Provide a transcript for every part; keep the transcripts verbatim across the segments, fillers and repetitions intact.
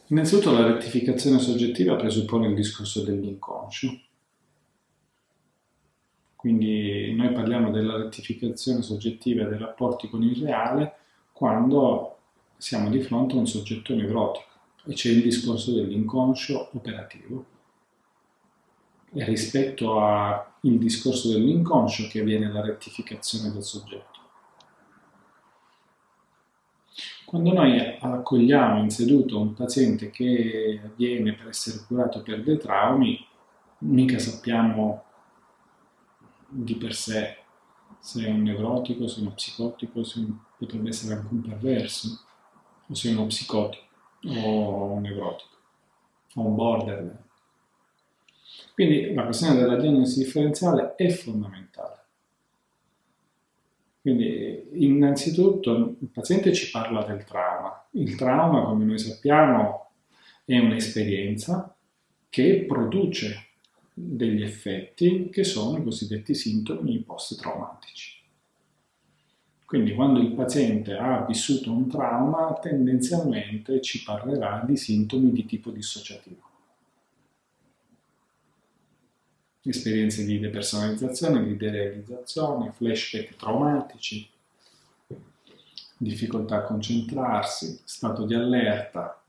Innanzitutto la rettificazione soggettiva presuppone il discorso dell'inconscio, quindi noi parliamo della rettificazione soggettiva dei rapporti con il reale quando siamo di fronte a un soggetto nevrotico e c'è il discorso dell'inconscio operativo. È rispetto al discorso dell'inconscio che avviene la rettificazione del soggetto. Quando noi accogliamo in seduta un paziente che viene per essere curato per dei traumi, mica sappiamo di per sé se è un nevrotico, se è uno psicotico, se potrebbe essere anche un perverso, o se è uno psicotico, o un nevrotico, o un borderline. Quindi la questione della diagnosi differenziale è fondamentale. Quindi innanzitutto il paziente ci parla del trauma. Il trauma, come noi sappiamo, è un'esperienza che produce degli effetti che sono i cosiddetti sintomi post-traumatici. Quindi quando il paziente ha vissuto un trauma, tendenzialmente ci parlerà di sintomi di tipo dissociativo. Esperienze di depersonalizzazione, di derealizzazione, flashback traumatici, difficoltà a concentrarsi, stato di allerta,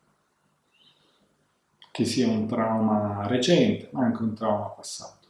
che sia un trauma recente, ma anche un trauma passato.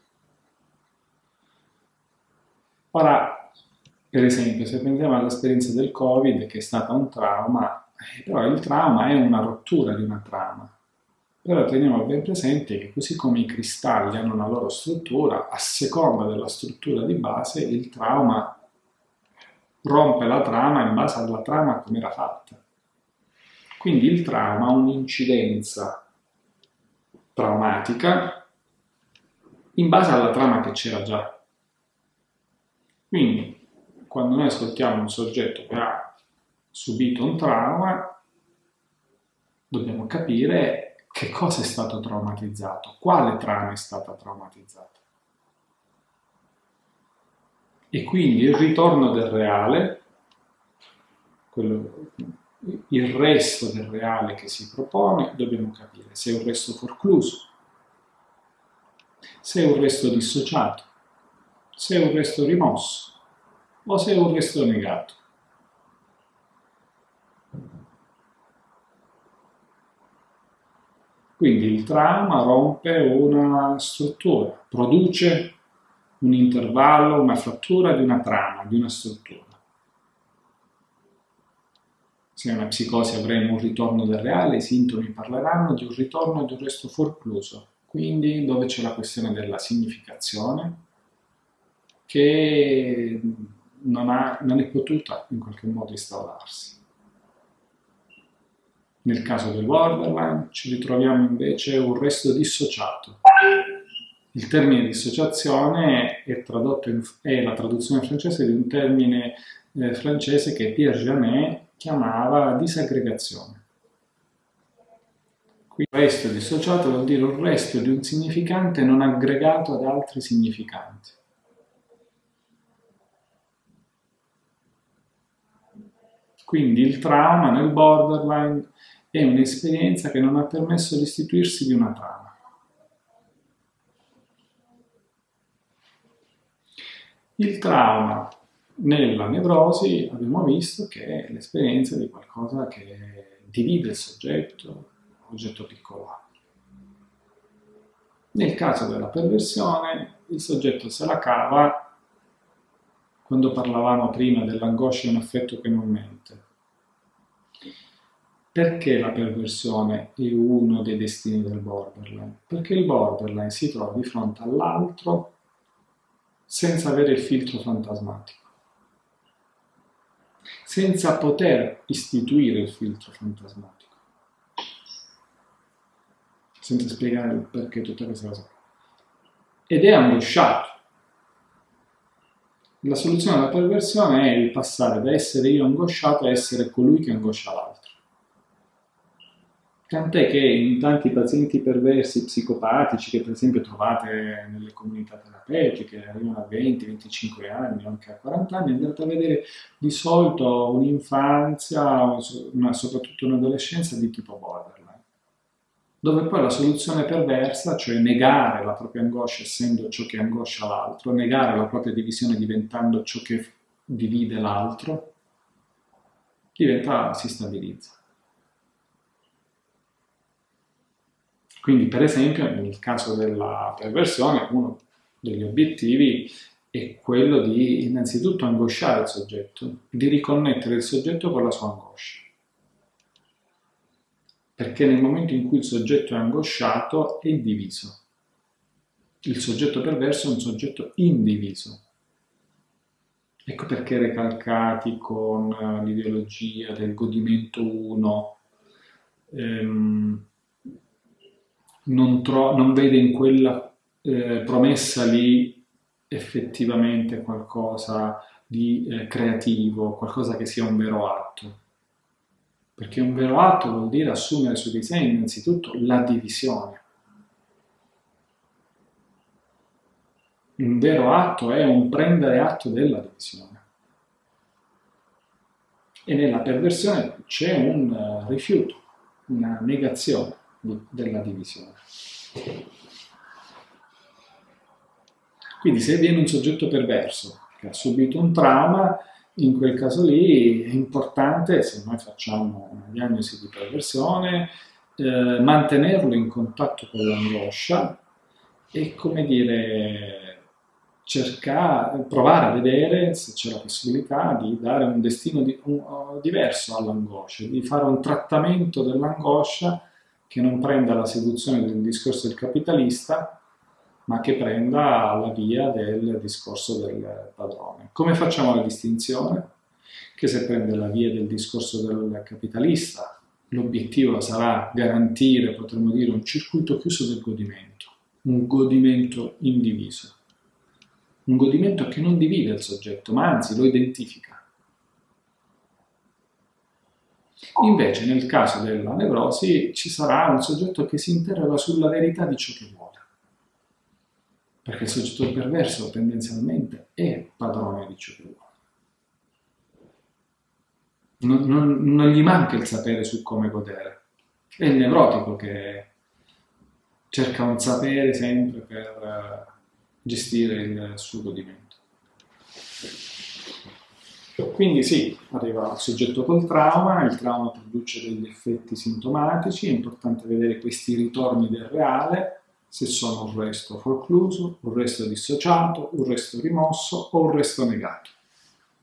Ora, per esempio, se pensiamo all'esperienza del Covid, che è stata un trauma, però il trauma è una rottura di una trama. Però teniamo ben presente che così come i cristalli hanno una loro struttura, a seconda della struttura di base, il trauma rompe la trama in base alla trama come era fatta. Quindi il trauma ha un'incidenza traumatica in base alla trama che c'era già. Quindi, quando noi ascoltiamo un soggetto che ha subito un trauma, dobbiamo capire che cosa è stato traumatizzato, quale trama è stata traumatizzata. E quindi il ritorno del reale, quello, il resto del reale che si propone, dobbiamo capire se è un resto forcluso, se è un resto dissociato, se è un resto rimosso o se è un resto negato. Quindi il trauma rompe una struttura, produce un intervallo, una frattura di una trama, di una struttura. Se è una psicosi avremo un ritorno del reale, i sintomi parleranno di un ritorno di un resto forcluso, quindi dove c'è la questione della significazione che non, ha, non è potuta in qualche modo instaurarsi. Nel caso del borderline ci ritroviamo invece un resto dissociato. Il termine dissociazione è, tradotto in, è la traduzione francese di un termine eh, francese che Pierre Janet chiamava disaggregazione. Qui il resto dissociato vuol dire un resto di un significante non aggregato ad altri significanti. Quindi il trauma nel borderline è un'esperienza che non ha permesso l'istituirsi di una trama. Il trauma nella nevrosi abbiamo visto che è l'esperienza di qualcosa che divide il soggetto, l'oggetto piccolo A. Nel caso della perversione, il soggetto se la cava. Quando parlavamo prima dell'angoscia è un affetto che non mente. Perché la perversione è uno dei destini del borderline? Perché il borderline si trova di fronte all'altro senza avere il filtro fantasmatico, senza poter istituire il filtro fantasmatico, senza spiegare il perché tutta questa cosa. Ed è angosciato. La soluzione alla perversione è il passare da essere io angosciato a essere colui che angoscia l'altro. Tant'è che in tanti pazienti perversi psicopatici che per esempio trovate nelle comunità terapeutiche, arrivano a venti venticinque anni, anche a quaranta anni, andate a vedere di solito un'infanzia, una, soprattutto un'adolescenza di tipo borderline. dove poi la soluzione perversa, cioè negare la propria angoscia essendo ciò che angoscia l'altro, negare la propria divisione diventando ciò che divide l'altro, diventa, si stabilizza. Quindi, per esempio, nel caso della perversione, uno degli obiettivi è quello di innanzitutto angosciare il soggetto, di riconnettere il soggetto con la sua angoscia. Perché nel momento in cui il soggetto è angosciato è diviso. Il soggetto perverso è un soggetto indiviso. Ecco perché Recalcati con l'ideologia del godimento uno ehm, non, tro- non vede in quella eh, promessa lì effettivamente qualcosa di eh, creativo, qualcosa che sia un vero atto. Perché un vero atto vuol dire assumere su di sé innanzitutto la divisione. Un vero atto è un prendere atto della divisione. E nella perversione c'è un uh, rifiuto, una negazione di, della divisione. Quindi se viene un soggetto perverso che ha subito un trauma, in quel caso lì è importante, se noi facciamo una diagnosi di perversione, eh, mantenerlo in contatto con l'angoscia e, come dire, cercare, provare a vedere se c'è la possibilità di dare un destino di, un, diverso all'angoscia, di fare un trattamento dell'angoscia che non prenda la seduzione del discorso del capitalista, ma che prenda la via del discorso del padrone. Come facciamo la distinzione? Che se prende la via del discorso del capitalista, l'obiettivo sarà garantire, potremmo dire, un circuito chiuso del godimento, un godimento indiviso, un godimento che non divide il soggetto, ma anzi lo identifica. Invece, nel caso della nevrosi, ci sarà un soggetto che si interroga sulla verità di ciò che vuole. Perché il soggetto perverso tendenzialmente è padrone di ciò che vuole. Non, non, non gli manca il sapere su come godere. È il nevrotico che cerca un sapere sempre per uh, gestire il suo godimento. Quindi sì, arriva il soggetto col trauma, il trauma produce degli effetti sintomatici, è importante vedere questi ritorni del reale, se sono un resto forcluso, un resto dissociato, un resto rimosso o un resto negato.